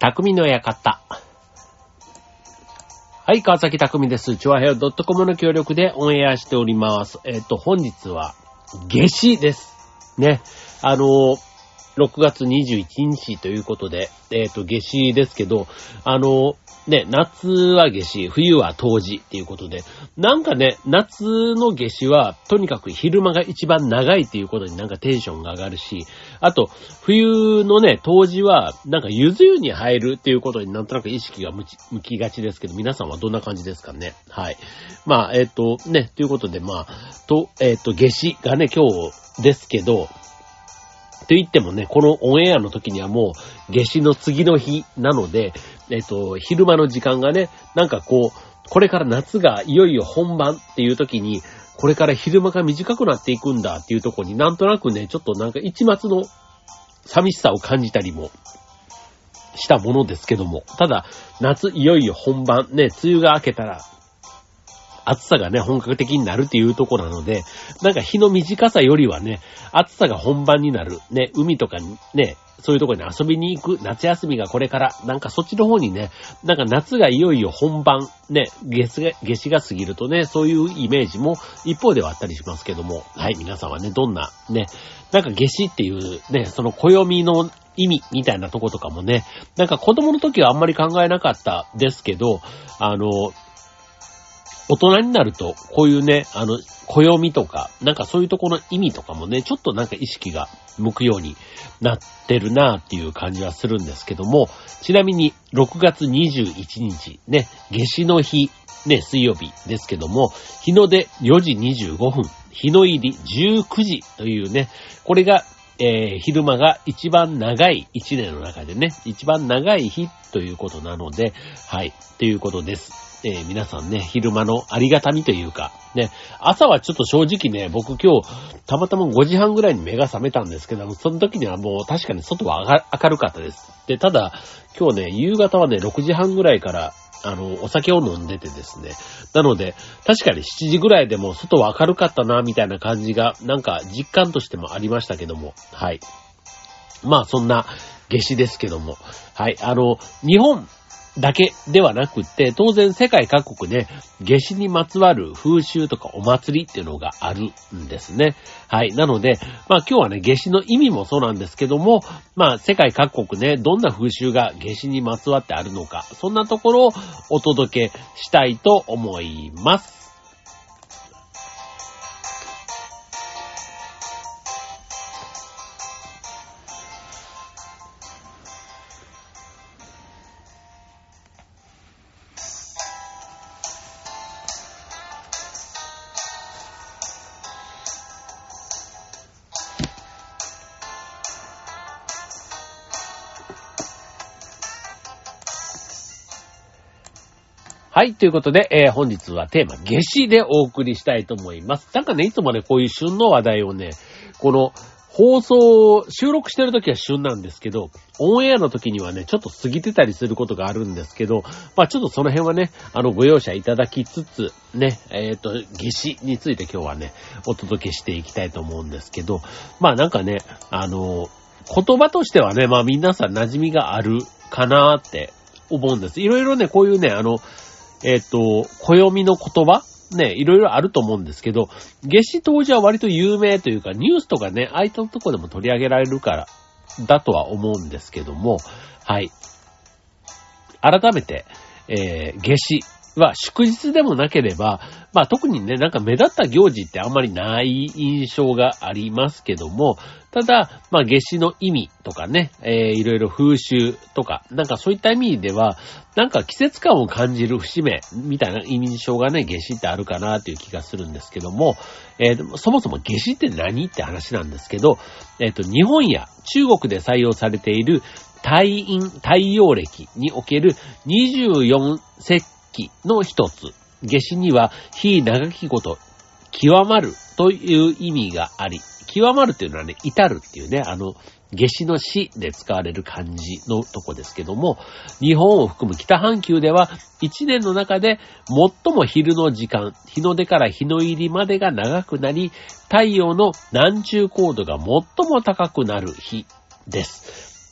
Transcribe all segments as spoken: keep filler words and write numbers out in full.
匠の館。はい、川崎匠です。チョアヘオ .com の協力でオンエアしております。えっと、本日は、夏至です。ね。あの、ろくがつにじゅういちにちということで、えっと、夏至ですけど、あの、ね、夏は夏至、冬は冬至っていうことで、なんかね、夏の夏至は、とにかく昼間が一番長いっていうことになんかテンションが上がるし、あと、冬のね、冬至は、なんかゆず湯に入るっていうことになんとなく意識が向き、向きがちですけど、皆さんはどんな感じですかね。はい。まあ、えっと、ね、ということで、まあ、と、えっと、夏至がね、今日ですけど、と言ってもね、このオンエアの時にはもう夏至の次の日なので、えっと、昼間の時間がね、なんかこう、これから夏がいよいよ本番っていう時に、これから昼間が短くなっていくんだっていうところになんとなくね、ちょっとなんか一末の寂しさを感じたりもしたものですけども、ただ、夏いよいよ本番、ね、梅雨が明けたら、暑さがね、本格的になるっていうところなので、なんか日の短さよりはね、暑さが本番になる。ね、海とかにね、そういうところに遊びに行く夏休みがこれから、なんかそっちの方にね、なんか夏がいよいよ本番、ね、夏が、夏至が過ぎるとね、そういうイメージも一方ではあったりしますけども、はい、皆さんはね、どんな、ね、なんか夏至っていうね、その暦の意味みたいなとことかもね、なんか子供の時はあんまり考えなかったですけど、あの、大人になると、こういうね、あの、暦とか、なんかそういうところの意味とかもね、ちょっとなんか意識が向くようになってるなっていう感じはするんですけども、ちなみにろくがつにじゅういちにち、ね、夏至の日、ね、水曜日ですけども、日の出よじにじゅうごふん、日の入りじゅうくじというね、これが、えー、昼間が一番長い一年の中でね、一番長い日ということなので、はい、ということです。えー、皆さんね、昼間のありがたみというか、ね、朝はちょっと正直ね、僕今日、たまたまごじはんぐらいに目が覚めたんですけども、その時にはもう確かに外は明るかったです。で、ただ、今日ね、夕方はね、ろくじはんぐらいから、あの、お酒を飲んでてですね。なので、確かにしちじぐらいでも外は明るかったな、みたいな感じが、なんか実感としてもありましたけども、はい。まあ、そんな夏至ですけども、はい、あの、日本、だけではなくって、当然世界各国で夏至にまつわる風習とかお祭りっていうのがあるんですね。はい。なので、まあ今日はね、夏至の意味もそうなんですけども、まあ世界各国ね、どんな風習が夏至にまつわってあるのか、そんなところをお届けしたいと思います。はい、ということで、えー、本日はテーマ、夏至でお送りしたいと思います。なんかね、いつもね、こういう旬の話題をね、この放送、収録してるときは旬なんですけど、オンエアの時にはね、ちょっと過ぎてたりすることがあるんですけど、まあちょっとその辺はね、あの、ご容赦いただきつつ、ね、えっと、夏至について今日はね、お届けしていきたいと思うんですけど、まあなんかね、あの、言葉としてはね、まあ皆さん馴染みがあるかなって思うんです。いろいろね、こういうね、あの、えっと、暦の言葉ね、いろいろあると思うんですけど、夏至当時は割と有名というか、ニュースとかね、ああいったとこでも取り上げられるから、だとは思うんですけども、はい。改めて、えー、夏至は祝日でもなければ、まあ特にね、なんか目立った行事ってあんまりない印象がありますけども、ただ、まあ夏至の意味とかね、えー、いろいろ風習とか、なんかそういった意味では、なんか季節感を感じる節目みたいな印象がね、夏至ってあるかなという気がするんですけども、えー、そもそも夏至って何って話なんですけど、えっと、日本や中国で採用されている太陰、太陽暦におけるにじゅうよん節気の一つ。夏至には日長きこと極まるという意味があり、極まるっていうのはね、至るっていうね、あの、夏至の至で使われる漢字のとこですけども、日本を含む北半球では一年の中で最も昼の時間、日の出から日の入りまでが長くなり、太陽の南中高度が最も高くなる日です。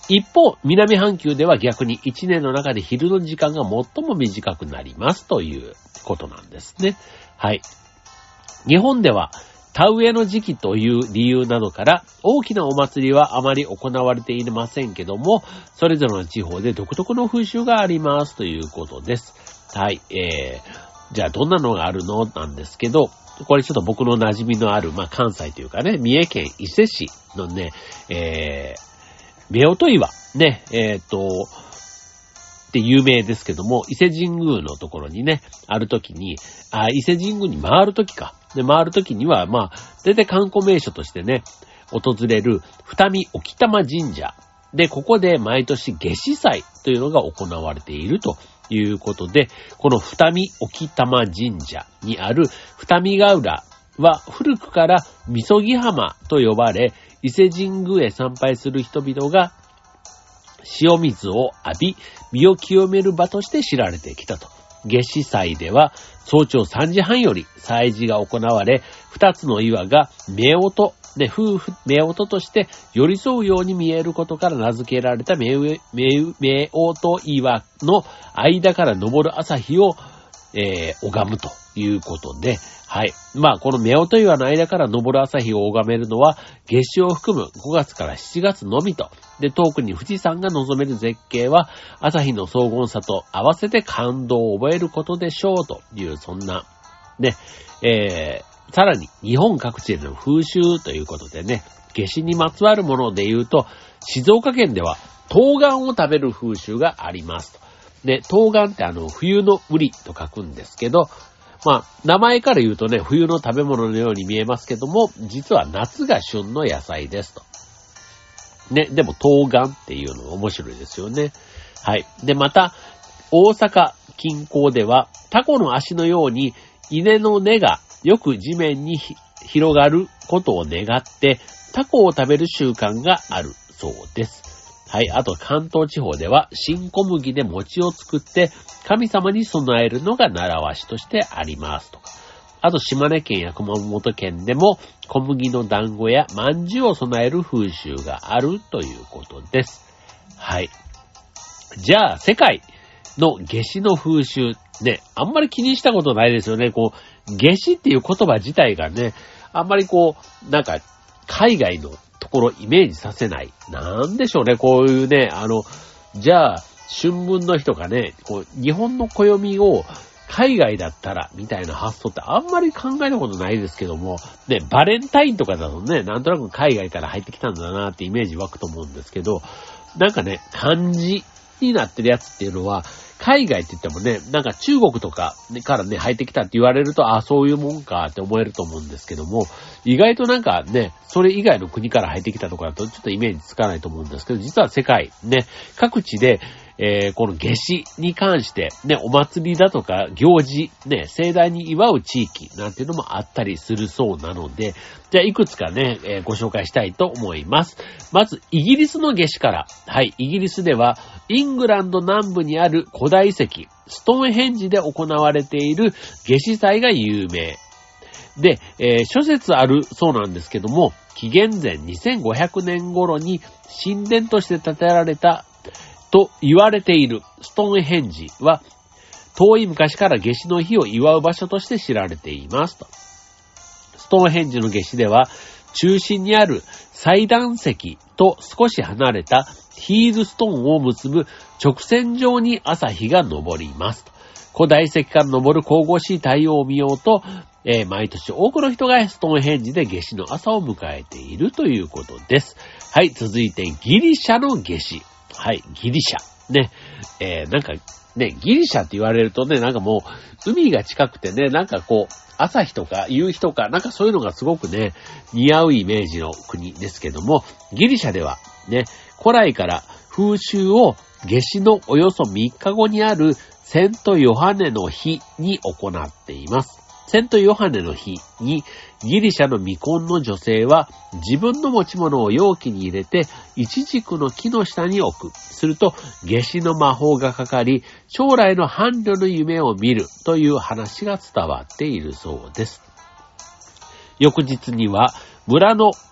一方、南半球では逆にいちねんの中で昼の時間が最も短くなりますということなんですね。はい。日本では田植えの時期という理由などから大きなお祭りはあまり行われていませんけども、それぞれの地方で独特の風習がありますということです。はい。えー、じゃあどんなのがあるのなんですけど、これちょっと僕の馴染みのある、まあ、関西というかね、三重県伊勢市のね、えー、夫婦岩、ね、えっと、って有名ですけども、伊勢神宮のところにね、ある時に、あ、伊勢神宮に回る時か。で、回る時には、まあ、大体観光名所としてね、訪れる二見沖玉神社。で、ここで毎年夏至祭というのが行われているということで、この二見沖玉神社にある二見ヶ浦は古くからみそぎ浜と呼ばれ、伊勢神宮へ参拝する人々が塩水を浴び、身を清める場として知られてきたと。夏至祭では早朝さんじはんより祭事が行われ、二つの岩が夫婦で夫婦、夫婦として寄り添うように見えることから名付けられた夫婦岩の間から昇る朝日を、えー、拝むということで、はい。まあ、この夫婦岩の間から昇る朝日を拝めるのは、夏至を含むごがつからしちがつのみと。で、遠くに富士山が望める絶景は、朝日の荘厳さと合わせて感動を覚えることでしょうという、そんな、ね、えー、さらに日本各地での風習ということでね、夏至にまつわるもので言うと、静岡県では冬瓜を食べる風習がありますと。で、冬瓜ってあの、冬の瓜と書くんですけど、まあ、名前から言うとね、冬の食べ物のように見えますけども、実は夏が旬の野菜ですと。ね、でも冬瓜っていうのが面白いですよね。はい。で、また、大阪近郊では、タコの足のように稲の根がよく地面に広がることを願って、タコを食べる習慣があるそうです。はい。あと、関東地方では、新小麦で餅を作って、神様に備えるのが習わしとしてありますとか。あと、島根県や熊本県でも、小麦の団子や饅頭を備える風習があるということです。はい。じゃあ、世界の夏至の風習、ね、あんまり気にしたことないですよね。こう、夏至っていう言葉自体がね、あんまりこう、なんか、海外のところイメージさせない。なんでしょうね、こういうね、あの、じゃあ、春分の日とかね、こう、日本の暦を海外だったら、みたいな発想ってあんまり考えたことないですけども、ね、バレンタインとかだとね、なんとなく海外から入ってきたんだなってイメージ湧くと思うんですけど、なんかね、漢字になってるやつっていうのは、海外って言ってもね、なんか中国とかからね、入ってきたって言われると、あ、そういうもんかって思えると思うんですけども、意外となんかね、それ以外の国から入ってきたとかだとちょっとイメージつかないと思うんですけど、実は世界ね、各地で、えー、この夏至に関して、ね、お祭りだとか行事、ね、盛大に祝う地域なんていうのもあったりするそうなので、じゃあいくつかね、えー、ご紹介したいと思います。まず、イギリスの夏至から。はい、イギリスでは、イングランド南部にある古代遺跡、ストーンヘンジで行われている夏至祭が有名。で、えー、諸説あるそうなんですけども、紀元前にせんごひゃくねん頃に神殿として建てられたと言われているストーンヘンジは、遠い昔から夏至の日を祝う場所として知られていますと。ストーンヘンジの夏至では、中心にある祭壇石と少し離れたヒールストーンを結ぶ直線上に朝日が昇りますと。古代遺跡から昇る神々しい太陽を見ようと、えー、毎年多くの人がストーンヘンジで夏至の朝を迎えているということです。はい、続いてギリシャの夏至。はい、ギリシャ。ね、えー、なんかね、ギリシャって言われるとね、なんかもう海が近くてね、なんかこう、朝日とか夕日とか、なんかそういうのがすごくね、似合うイメージの国ですけども、ギリシャではね、古来から風習を夏至のおよそみっかごにあるセントヨハネの日に行っています。セントヨハネの日にギリシャの未婚の女性は自分の持ち物を容器に入れてイチジクの木の下に置く。すると夏至の魔法がかかり将来の伴侶の夢を見るという話が伝わっているそうです。翌日には村の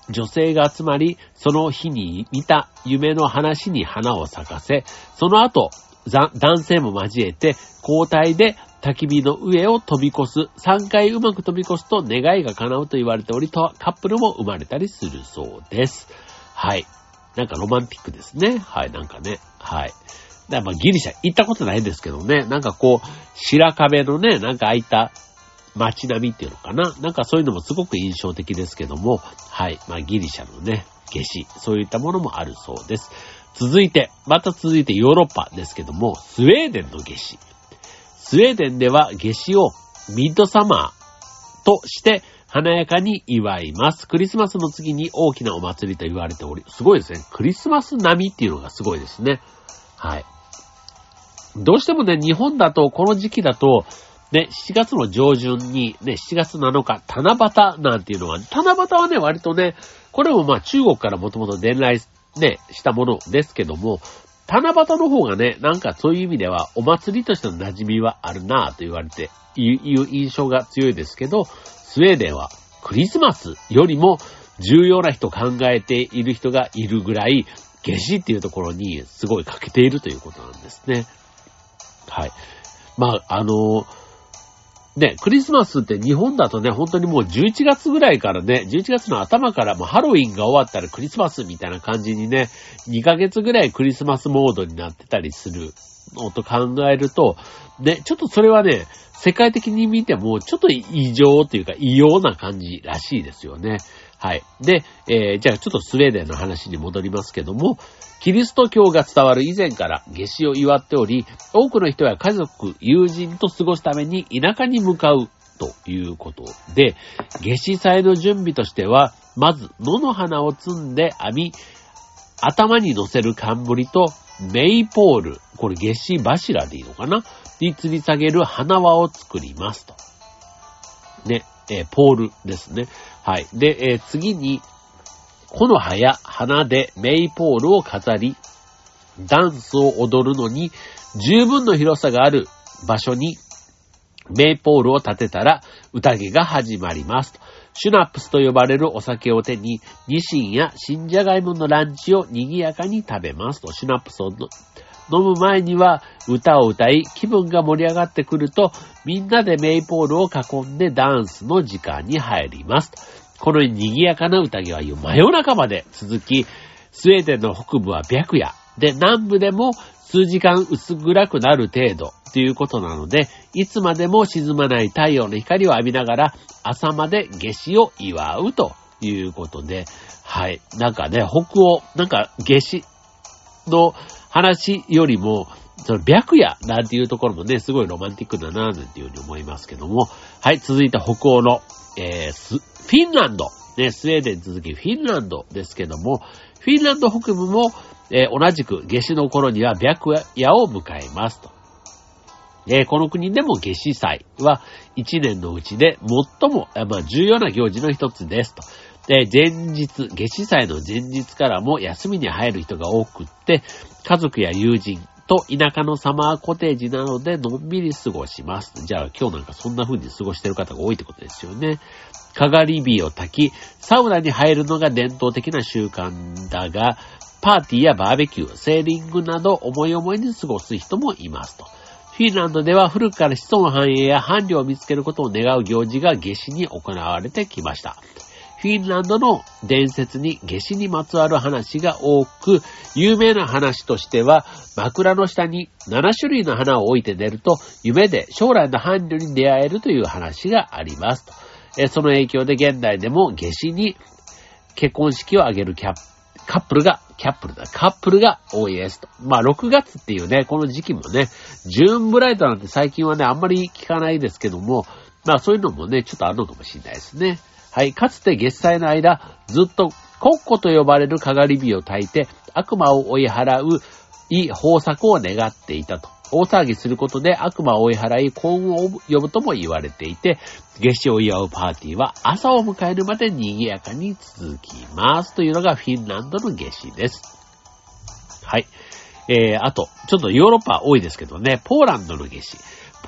女性が集まり、その日に見た夢の話に花を咲かせ、その後、男性も交えて、交代で焚き火の上を飛び越す。さんかいうまく飛び越すと願いが叶うと言われており、カップルも生まれたりするそうです。はい。なんかロマンティックですね。はい、なんかね。はい。だまあギリシャ行ったことないですけどね。なんかこう、白壁のね、なんか開いた街並みっていうのかな。なんかそういうのもすごく印象的ですけども、はい。まあギリシャのね、夏至、そういったものもあるそうです。続いて、また続いてヨーロッパですけども、スウェーデンの夏至。スウェーデンでは夏至をミッドサマーとして華やかに祝います。クリスマスの次に大きなお祭りと言われており、すごいですね。クリスマス並みっていうのがすごいですね。はい。どうしてもね、日本だと、この時期だと、ね、しちがつの上旬に、ね、しちがつなのか、七夕なんていうのは、七夕はね、割とね、これもまあ中国からもともと伝来ね、したものですけども、七夕の方がね、なんかそういう意味ではお祭りとしての馴染みはあるなぁと言われて、いう印象が強いですけど、スウェーデンはクリスマスよりも重要な人考えている人がいるぐらい、夏至っていうところにすごい欠けているということなんですね。はい。まあ、あの、ね、クリスマスって日本だとね、本当にもうじゅういちがつぐらいからね、じゅういちがつの頭からもうハロウィンが終わったらクリスマスみたいな感じにね、にかげつぐらいクリスマスモードになってたりするのと考えると、ね、ちょっとそれはね、世界的に見てもちょっと異常というか異様な感じらしいですよね。はい。で、えー、じゃあちょっとスウェーデンの話に戻りますけども、キリスト教が伝わる以前から夏至を祝っており、多くの人は家族、友人と過ごすために田舎に向かうということで、夏至祭の準備としては、まず野の花を摘んで編み、頭に乗せる冠とメイポール、これ夏至柱でいいのかなに吊り下げる花輪を作りますと。ね、えー、ポールですね。はい。で、えー、次に、木の葉や花でメイポールを飾り、ダンスを踊るのに十分の広さがある場所にメイポールを立てたら宴が始まりますと。シュナップスと呼ばれるお酒を手に、ニシンや新じゃがいものランチを賑やかに食べますと。シュナップスを飲む前には歌を歌い、気分が盛り上がってくると、みんなでメイポールを囲んでダンスの時間に入りますと。この賑やかな宴は真夜中まで続き、スウェーデンの北部は白夜で、南部でも数時間薄暗くなる程度ということなので、いつまでも沈まない太陽の光を浴びながら朝まで夏至を祝うということで、はい。なんかね、北欧、なんか夏至の話よりも、その白夜なんていうところもね、すごいロマンティックだな、なんていうふうに思いますけども、はい。続いて北欧の、えー、フィンランド。ね、スウェーデンに続きフィンランドですけども、フィンランド北部も、えー、同じく夏至の頃には白夜を迎えますと。えー、この国でも夏至祭は一年のうちで最も、まあ、重要な行事の一つですと。で、前日、夏至祭の前日からも休みに入る人が多くって、家族や友人と田舎のサマーコテージなどでのんびり過ごします。じゃあ今日なんかそんな風に過ごしてる方が多いってことですよね。かがり火を焚き、サウナに入るのが伝統的な習慣だが、パーティーやバーベキュー、セーリングなど思い思いに過ごす人もいますと。フィンランドでは古くから子孫繁栄や伴侶を見つけることを願う行事が夏至に行われてきました。フィンランドの伝説に夏至にまつわる話が多く、有名な話としては、枕の下になな種類の花を置いて寝ると、夢で将来の伴侶に出会えるという話がありますと。えその影響で現代でも夏至に結婚式を挙げるキャカップルが、キャップルだ、カップルが多いですと。まあろくがつっていうね、この時期もね、ジューンブライドなんて最近はね、あんまり聞かないですけども、まあそういうのもね、ちょっとあるのかもしれないですね。はい、かつて月祭の間、ずっとコッコと呼ばれるかがり火を焚いて、悪魔を追い払ういい豊作を願っていたと。大騒ぎすることで悪魔を追い払い幸運を呼ぶとも言われていて、夏至を祝うパーティーは朝を迎えるまで賑やかに続きますというのがフィンランドの夏至です。はい。えー、あと、ちょっとヨーロッパ多いですけどね、ポーランドの夏至。ポ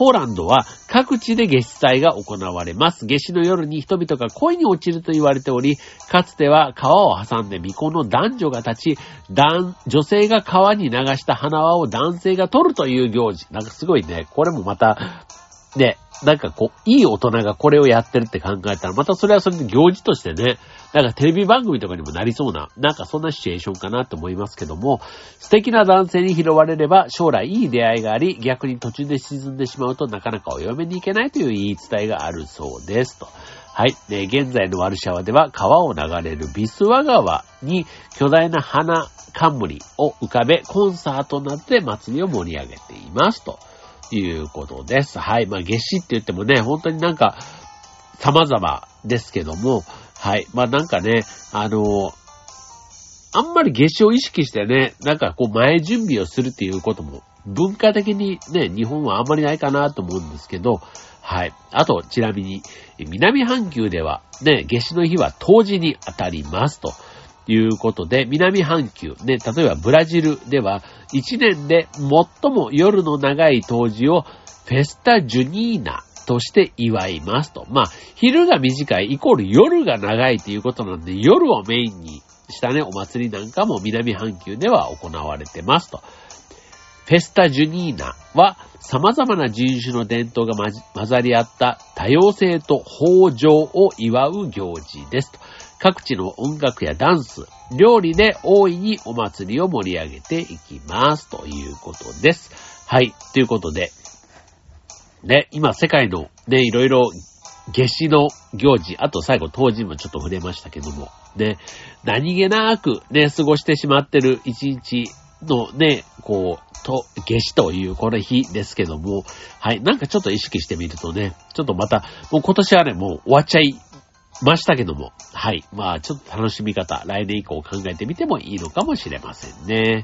ポーランドは各地で夏至祭が行われます。夏至の夜に人々が恋に落ちると言われており、かつては川を挟んで未婚の男女が立ち、男女性が川に流した花輪を男性が取るという行事。なんかすごいね、これもまた、ね、なんかこう、いい大人がこれをやってるって考えたら、またそれはそれで行事としてね、なんかテレビ番組とかにもなりそうな、なんかそんなシチュエーションかなと思いますけども、素敵な男性に拾われれば将来いい出会いがあり、逆に途中で沈んでしまうとなかなかお嫁に行けないという言い伝えがあるそうですと。はい。ね、現在のワルシャワでは川を流れるビスワ川に巨大な花冠を浮かべ、コンサートなどで祭りを盛り上げていますということです。はい。まあ、夏至って言ってもね、本当になんか様々ですけども、はい。まあ、なんかね、あの、あんまり夏至を意識してね、なんかこう前準備をするっていうことも文化的にね、日本はあんまりないかなと思うんですけど、はい。あと、ちなみに、南半球ではね、夏至の日は冬至に当たりますということで、南半球、ね、例えばブラジルでは、一年で最も夜の長い冬至をフェスタジュニーナとして祝いますと。まあ、昼が短いイコール夜が長いということなんで、夜をメインにしたね、お祭りなんかも南半球では行われてますと。フェスタジュニーナは様々な人種の伝統が混ざり合った多様性と豊穣を祝う行事ですと。各地の音楽やダンス、料理で大いにお祭りを盛り上げていきますということです。はい。ということで、ね、今世界のね、いろいろ夏至の行事、あと最後冬至もちょっと触れましたけども、ね、何気なくね、過ごしてしまってる一日のね、こう、と、夏至というこの日ですけども、はい、なんかちょっと意識してみるとね、ちょっとまた、もう今年はね、もう終わっちゃいましたけども、はい、まあちょっと楽しみ方、来年以降考えてみてもいいのかもしれませんね。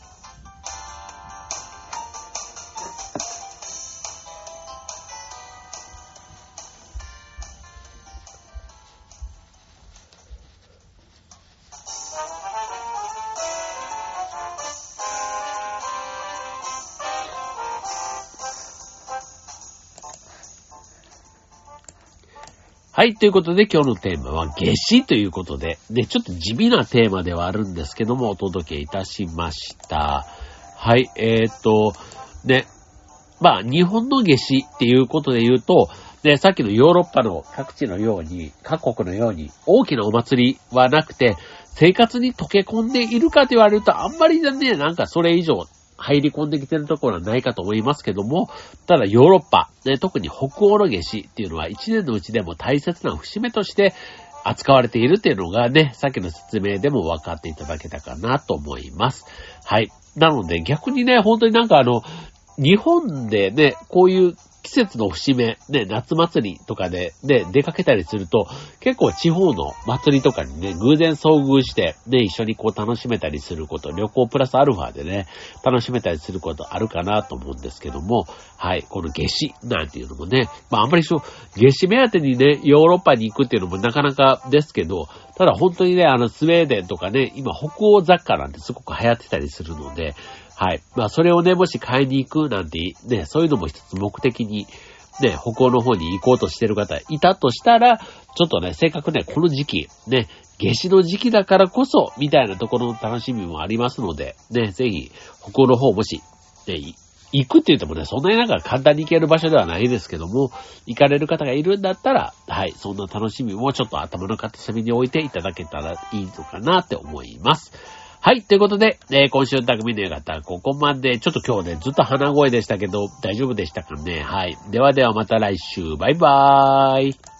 はい、ということで今日のテーマは夏至ということで、ね、ちょっと地味なテーマではあるんですけども、お届けいたしました。はい、えーっと、ね、まあ、日本の夏至っていうことで言うと、ね、さっきのヨーロッパの各地のように、各国のように大きなお祭りはなくて、生活に溶け込んでいるかと言われると、あんまりね、なんかそれ以上、入り込んできてるところはないかと思いますけども、ただヨーロッパ、ね、特に北欧の夏至っていうのは一年のうちでも大切な節目として扱われているっていうのがね、さっきの説明でも分かっていただけたかなと思います。はい。なので逆にね、本当になんかあの、日本でね、こういう季節の節目、ね、夏祭りとかで、ね、出かけたりすると、結構地方の祭りとかにね、偶然遭遇して、ね、一緒にこう楽しめたりすること、旅行プラスアルファでね、楽しめたりすることあるかなと思うんですけども、はい、この夏至なんていうのもね、まああんまりそう、夏至目当てにね、ヨーロッパに行くっていうのもなかなかですけど、ただ本当にね、あの、スウェーデンとかね、今北欧雑貨なんてすごく流行ってたりするので、はい。まあ、それをね、もし買いに行くなんて、ね、そういうのも一つ目的に、ね、北欧の方に行こうとしてる方いたとしたら、ちょっとね、せっかくね、この時期、ね、夏至の時期だからこそ、みたいなところの楽しみもありますので、ね、ぜひ、北欧の方もし、ね、行くって言ってもね、そんなになんか簡単に行ける場所ではないですけども、行かれる方がいるんだったら、はい、そんな楽しみもちょっと頭の片隅に置いていただけたらいいのかなって思います。はい。ということで、えー、今週の匠の館、ここまで、ちょっと今日ね、ずっと鼻声でしたけど、大丈夫でしたかね。はい。ではではまた来週、バイバーイ。